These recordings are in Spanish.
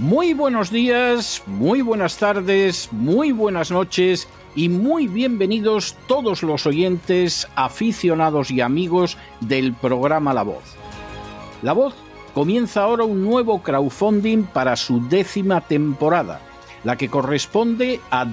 Muy buenos días, muy buenas tardes, muy buenas noches y muy bienvenidos todos los oyentes, aficionados y amigos del programa La Voz. La Voz comienza ahora un nuevo crowdfunding para su 10ª temporada, la que corresponde a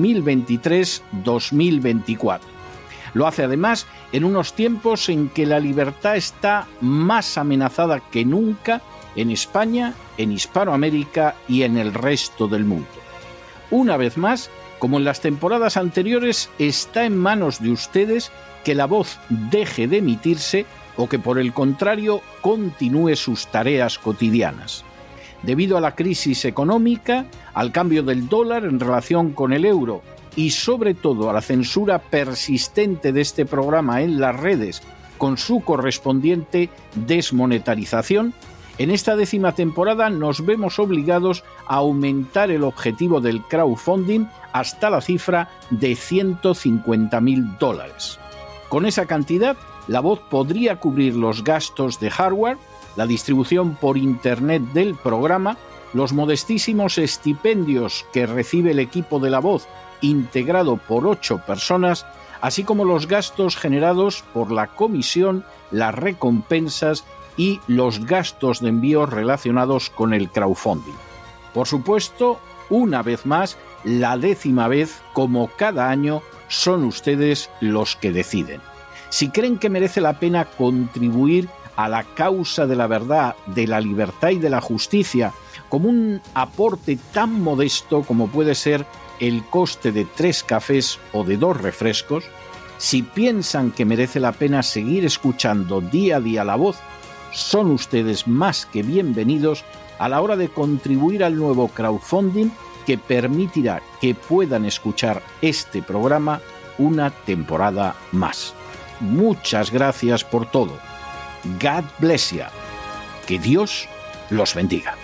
2023-2024. Lo hace además en unos tiempos en que la libertad está más amenazada que nunca en España, en Hispanoamérica y en el resto del mundo. Una vez más, como en las temporadas anteriores, está en manos de ustedes que La Voz deje de emitirse o que por el contrario continúe sus tareas cotidianas. Debido a la crisis económica, al cambio del dólar en relación con el euro y sobre todo a la censura persistente de este programa en las redes con su correspondiente desmonetarización, en esta 10ª temporada nos vemos obligados a aumentar el objetivo del crowdfunding hasta la cifra de $150.000. Con esa cantidad, La Voz podría cubrir los gastos de hardware, la distribución por internet del programa, los modestísimos estipendios que recibe el equipo de La Voz, integrado por 8 personas, así como los gastos generados por la comisión, las recompensas y los gastos de envío relacionados con el crowdfunding. Por supuesto, una vez más, la 10ª vez, como cada año, son ustedes los que deciden. Si creen que merece la pena contribuir a la causa de la verdad, de la libertad y de la justicia, como un aporte tan modesto como puede ser el coste de 3 cafés o de 2 refrescos, si piensan que merece la pena seguir escuchando día a día La Voz, son ustedes más que bienvenidos a la hora de contribuir al nuevo crowdfunding que permitirá que puedan escuchar este programa una temporada más. Muchas gracias por todo. God bless you. Que Dios los bendiga.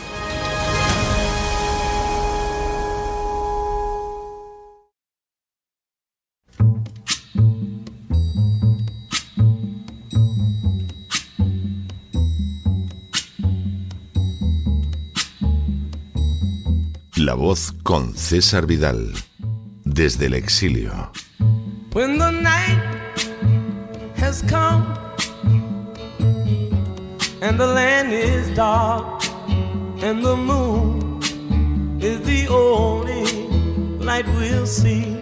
La Voz con César Vidal, desde el exilio. When the night has come and the land is dark and the moon is the only light we'll see.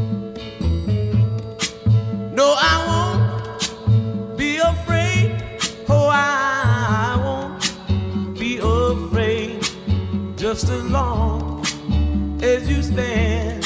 No, I won't be afraid. Oh, I won't be afraid. Just as long as you stand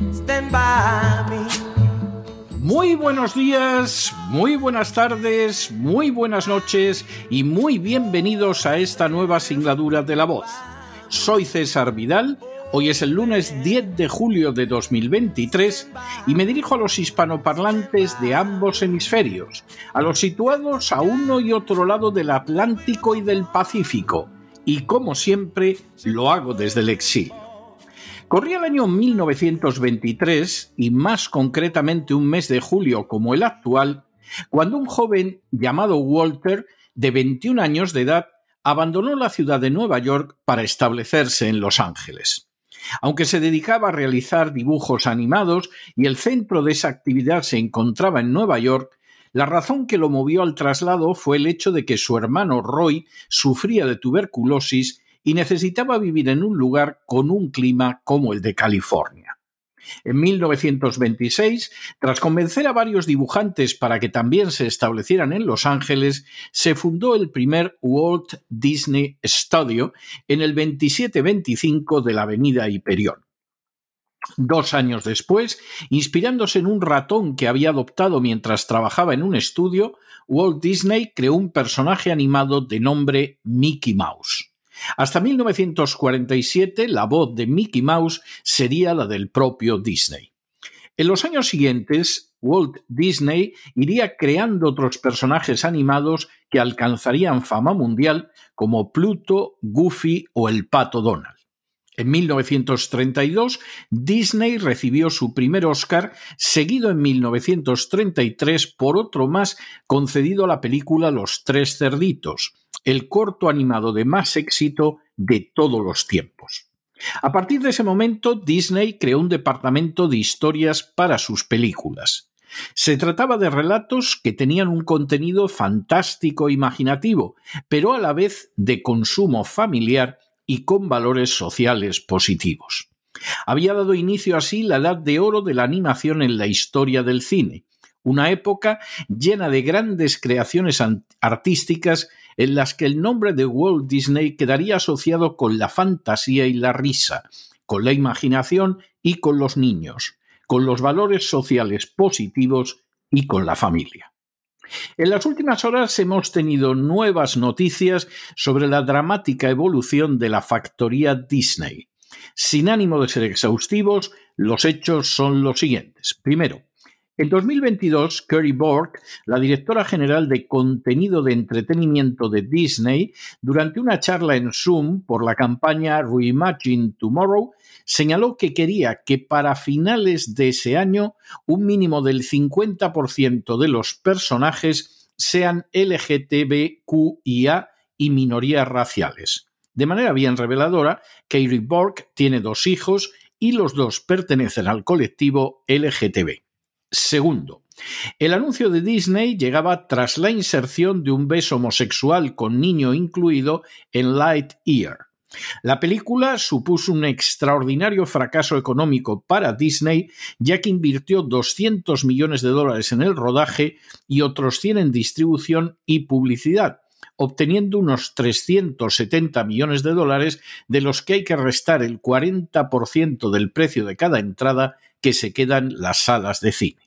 by me. Muy buenos días, muy buenas tardes, muy buenas noches y muy bienvenidos a esta nueva singladura de La Voz. Soy César Vidal, hoy es el lunes 10 de julio de 2023 y me dirijo a los hispanoparlantes de ambos hemisferios, a los situados a uno y otro lado del Atlántico y del Pacífico, y como siempre lo hago desde el exilio. Corría el año 1923 y más concretamente un mes de julio como el actual, cuando un joven llamado Walter, de 21 años de edad, abandonó la ciudad de Nueva York para establecerse en Los Ángeles. Aunque se dedicaba a realizar dibujos animados y el centro de esa actividad se encontraba en Nueva York, la razón que lo movió al traslado fue el hecho de que su hermano Roy sufría de tuberculosis y necesitaba vivir en un lugar con un clima como el de California. En 1926, tras convencer a varios dibujantes para que también se establecieran en Los Ángeles, se fundó el primer Walt Disney Studio en el 2725 de la avenida Hyperion. 2 años después, inspirándose en un ratón que había adoptado mientras trabajaba en un estudio, Walt Disney creó un personaje animado de nombre Mickey Mouse. Hasta 1947, la voz de Mickey Mouse sería la del propio Disney. En los años siguientes, Walt Disney iría creando otros personajes animados que alcanzarían fama mundial, como Pluto, Goofy o el Pato Donald. En 1932, Disney recibió su primer Oscar, seguido en 1933 por otro más concedido a la película Los Tres Cerditos. el corto animado de más éxito de todos los tiempos. A partir de ese momento, Disney creó un departamento de historias para sus películas. Se trataba de relatos que tenían un contenido fantástico e imaginativo, pero a la vez de consumo familiar y con valores sociales positivos. Había dado inicio así la edad de oro de la animación en la historia del cine, una época llena de grandes creaciones artísticas en las que el nombre de Walt Disney quedaría asociado con la fantasía y la risa, con la imaginación y con los niños, con los valores sociales positivos y con la familia. En las últimas horas hemos tenido nuevas noticias sobre la dramática evolución de la factoría Disney. Sin ánimo de ser exhaustivos, los hechos son los siguientes. Primero, en 2022, Carrie Borg, la directora general de contenido de entretenimiento de Disney, durante una charla en Zoom por la campaña Reimagine Tomorrow, señaló que quería que para finales de ese año un mínimo del 50% de los personajes sean LGTBQIA y minorías raciales. De manera bien reveladora, Carrie Borg tiene 2 hijos y los 2 pertenecen al colectivo LGTB. Segundo, el anuncio de Disney llegaba tras la inserción de un beso homosexual con niño incluido en Lightyear. La película supuso un extraordinario fracaso económico para Disney, ya que invirtió $200 millones en el rodaje y otros 100 en distribución y publicidad, obteniendo unos $370 millones, de los que hay que restar el 40% del precio de cada entrada que se quedan las salas de cine.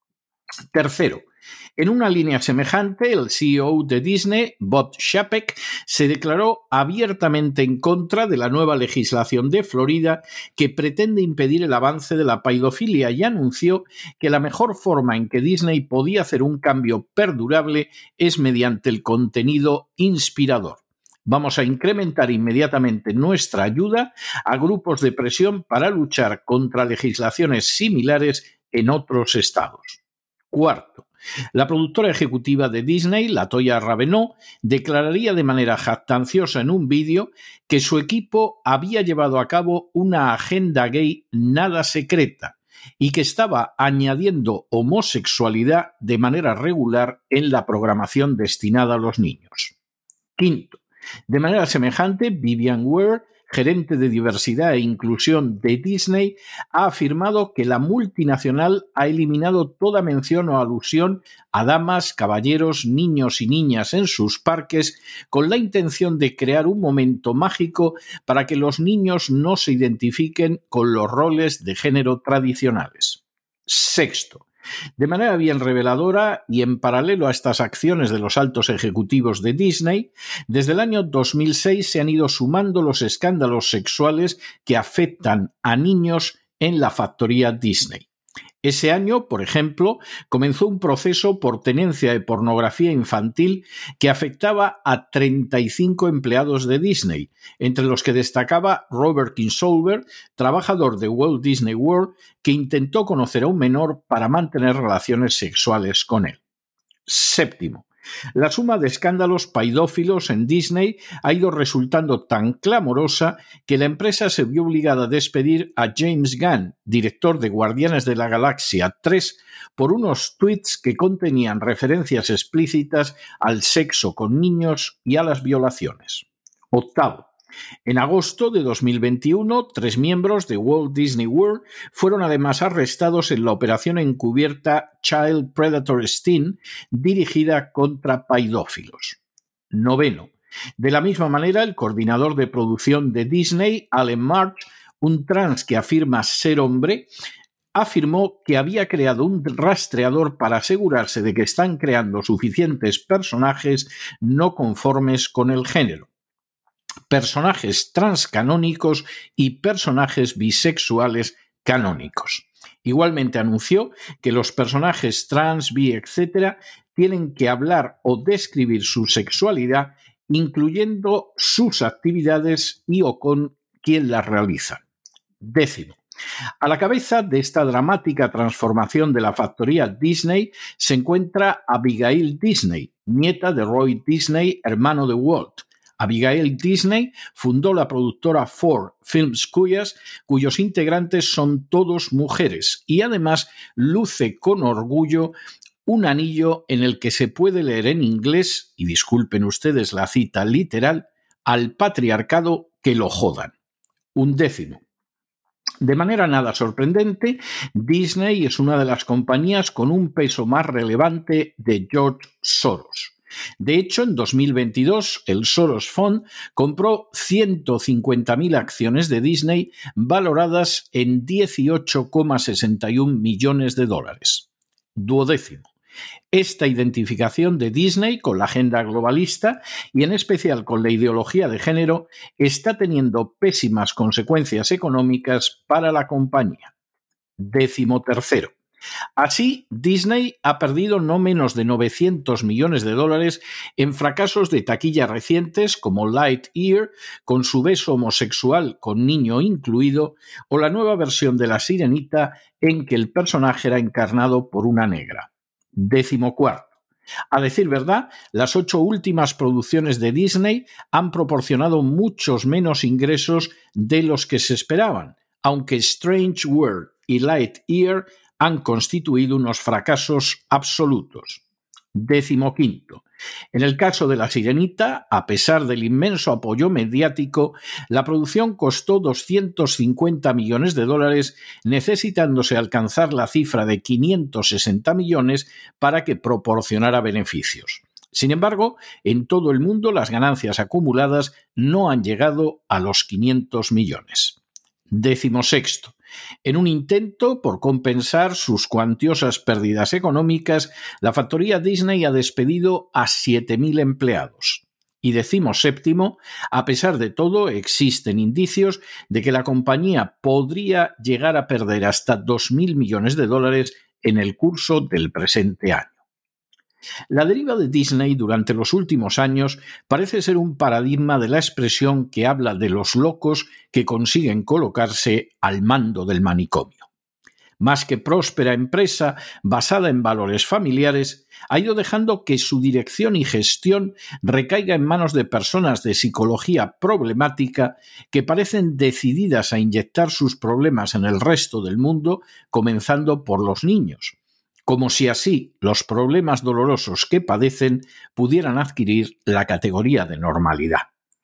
Tercero, en una línea semejante, el CEO de Disney, Bob Chapek, se declaró abiertamente en contra de la nueva legislación de Florida que pretende impedir el avance de la pedofilia y anunció que la mejor forma en que Disney podía hacer un cambio perdurable es mediante el contenido inspirador. Vamos a incrementar inmediatamente nuestra ayuda a grupos de presión para luchar contra legislaciones similares en otros estados. Cuarto, la productora ejecutiva de Disney, LaToya Raveneux, declararía de manera jactanciosa en un vídeo que su equipo había llevado a cabo una agenda gay nada secreta y que estaba añadiendo homosexualidad de manera regular en la programación destinada a los niños. Quinto, de manera semejante, Vivian Ware, gerente de diversidad e inclusión de Disney, ha afirmado que la multinacional ha eliminado toda mención o alusión a damas, caballeros, niños y niñas en sus parques con la intención de crear un momento mágico para que los niños no se identifiquen con los roles de género tradicionales. Sexto, de manera bien reveladora y en paralelo a estas acciones de los altos ejecutivos de Disney, desde el año 2006 se han ido sumando los escándalos sexuales que afectan a niños en la factoría Disney. Ese año, por ejemplo, comenzó un proceso por tenencia de pornografía infantil que afectaba a 35 empleados de Disney, entre los que destacaba Robert Kingsolver, trabajador de Walt Disney World, que intentó conocer a un menor para mantener relaciones sexuales con él. Séptimo, la suma de escándalos pedófilos en Disney ha ido resultando tan clamorosa que la empresa se vio obligada a despedir a James Gunn, director de Guardianes de la Galaxia 3, por unos tweets que contenían referencias explícitas al sexo con niños y a las violaciones. Octavo, en agosto de 2021, 3 miembros de Walt Disney World fueron además arrestados en la operación encubierta Child Predator Sting, dirigida contra pedófilos. Noveno, de la misma manera, el coordinador de producción de Disney, Alan March, un trans que afirma ser hombre, afirmó que había creado un rastreador para asegurarse de que están creando suficientes personajes no conformes con el género, personajes transcanónicos y personajes bisexuales canónicos. Igualmente anunció que los personajes trans, bi, etc. tienen que hablar o describir su sexualidad, incluyendo sus actividades y o con quién las realizan. Décimo, A la cabeza de esta dramática transformación de la factoría Disney se encuentra Abigail Disney, nieta de Roy Disney, hermano de Walt. Abigail Disney fundó la productora Ford Film Studios, cuyos integrantes son todos mujeres, y además luce con orgullo un anillo en el que se puede leer en inglés, y disculpen ustedes la cita literal, al patriarcado que lo jodan. 11. De manera nada sorprendente, Disney es una de las compañías con un peso más relevante de George Soros. De hecho, en 2022, el Soros Fund compró 150.000 acciones de Disney valoradas en $18,61 millones. 12. Esta identificación de Disney con la agenda globalista y en especial con la ideología de género está teniendo pésimas consecuencias económicas para la compañía. 13. Así, Disney ha perdido no menos de $900 millones en fracasos de taquilla recientes como Lightyear, con su beso homosexual con niño incluido, o la nueva versión de La Sirenita en que el personaje era encarnado por una negra. 14. A decir verdad, las 8 últimas producciones de Disney han proporcionado muchos menos ingresos de los que se esperaban, aunque Strange World y Lightyear han constituido unos fracasos absolutos. 15. En el caso de La Sirenita, a pesar del inmenso apoyo mediático, la producción costó $250 millones, necesitándose alcanzar la cifra de 560 millones para que proporcionara beneficios. Sin embargo, en todo el mundo las ganancias acumuladas no han llegado a los 500 millones. 16. En un intento por compensar sus cuantiosas pérdidas económicas, la factoría Disney ha despedido a 7.000 empleados. Y 17, a pesar de todo, existen indicios de que la compañía podría llegar a perder hasta $2.000 millones en el curso del presente año. La deriva de Disney durante los últimos años parece ser un paradigma de la expresión que habla de los locos que consiguen colocarse al mando del manicomio. Más que próspera empresa basada en valores familiares, ha ido dejando que su dirección y gestión recaiga en manos de personas de psicología problemática que parecen decididas a inyectar sus problemas en el resto del mundo, comenzando por los niños, como si así los problemas dolorosos que padecen pudieran adquirir la categoría de normalidad.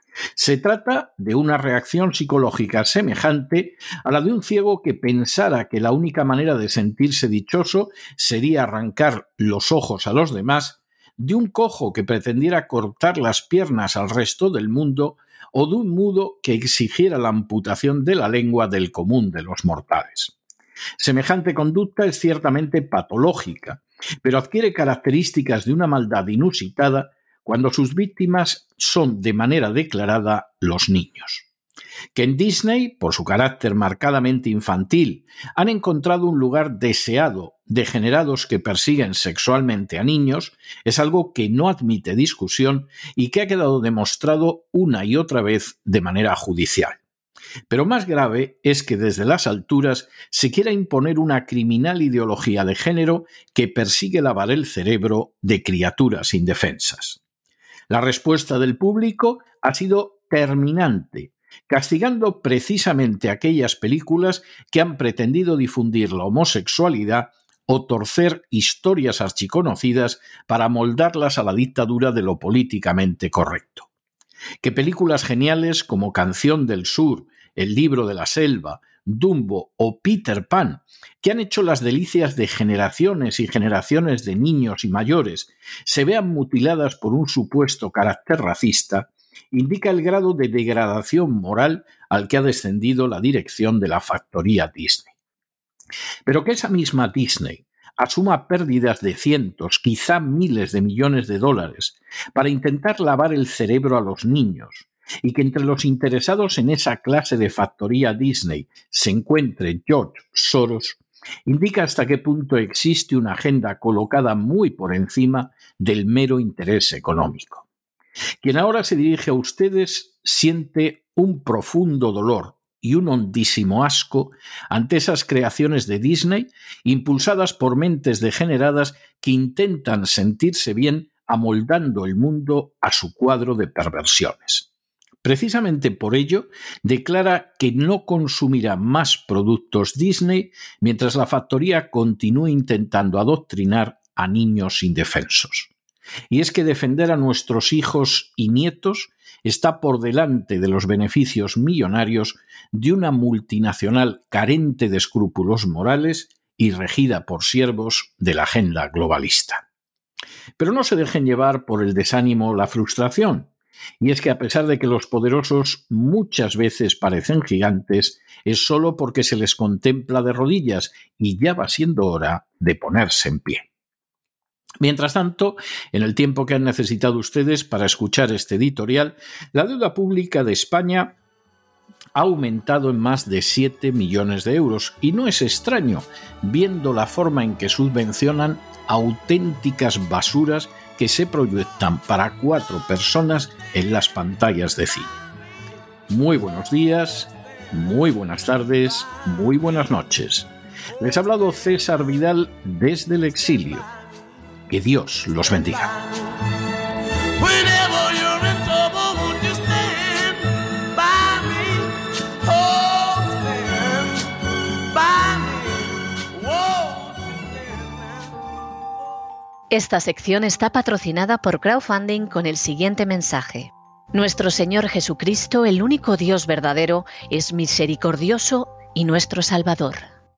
Se trata de una reacción psicológica semejante a la de un ciego que pensara que la única manera de sentirse dichoso sería arrancar los ojos a los demás, de un cojo que pretendiera cortar las piernas al resto del mundo o de un mudo que exigiera la amputación de la lengua del común de los mortales. Semejante conducta es ciertamente patológica, pero adquiere características de una maldad inusitada cuando sus víctimas son de manera declarada los niños. Que en Disney, por su carácter marcadamente infantil, han encontrado un lugar deseado degenerados que persiguen sexualmente a niños es algo que no admite discusión y que ha quedado demostrado una y otra vez de manera judicial. Pero más grave es que desde las alturas se quiera imponer una criminal ideología de género que persigue lavar el cerebro de criaturas indefensas. La respuesta del público ha sido terminante, castigando precisamente aquellas películas que han pretendido difundir la homosexualidad o torcer historias archiconocidas para moldarlas a la dictadura de lo políticamente correcto. Que películas geniales como Canción del Sur, El libro de la selva, Dumbo o Peter Pan, que han hecho las delicias de generaciones y generaciones de niños y mayores, se vean mutiladas por un supuesto carácter racista, indica el grado de degradación moral al que ha descendido la dirección de la factoría Disney. Pero que esa misma Disney asuma pérdidas de cientos, quizá miles de millones de dólares para intentar lavar el cerebro a los niños, y que entre los interesados en esa clase de factoría Disney se encuentre George Soros, indica hasta qué punto existe una agenda colocada muy por encima del mero interés económico. Quien ahora se dirige a ustedes siente un profundo dolor, y un hondísimo asco ante esas creaciones de Disney impulsadas por mentes degeneradas que intentan sentirse bien amoldando el mundo a su cuadro de perversiones. Precisamente por ello, declara que no consumirá más productos Disney mientras la factoría continúe intentando adoctrinar a niños indefensos. Y es que defender a nuestros hijos y nietos está por delante de los beneficios millonarios de una multinacional carente de escrúpulos morales y regida por siervos de la agenda globalista. Pero no se dejen llevar por el desánimo o la frustración. Y es que a pesar de que los poderosos muchas veces parecen gigantes, es solo porque se les contempla de rodillas y ya va siendo hora de ponerse en pie. Mientras tanto, en el tiempo que han necesitado ustedes para escuchar este editorial, la deuda pública de España ha aumentado en más de 7 millones de euros y no es extraño, viendo la forma en que subvencionan auténticas basuras que se proyectan para 4 personas en las pantallas de cine. Muy buenos días, muy buenas tardes, muy buenas noches. Les ha hablado César Vidal desde el exilio. Que Dios los bendiga. Esta sección está patrocinada por crowdfunding con el siguiente mensaje. Nuestro Señor Jesucristo, el único Dios verdadero, es misericordioso y nuestro Salvador.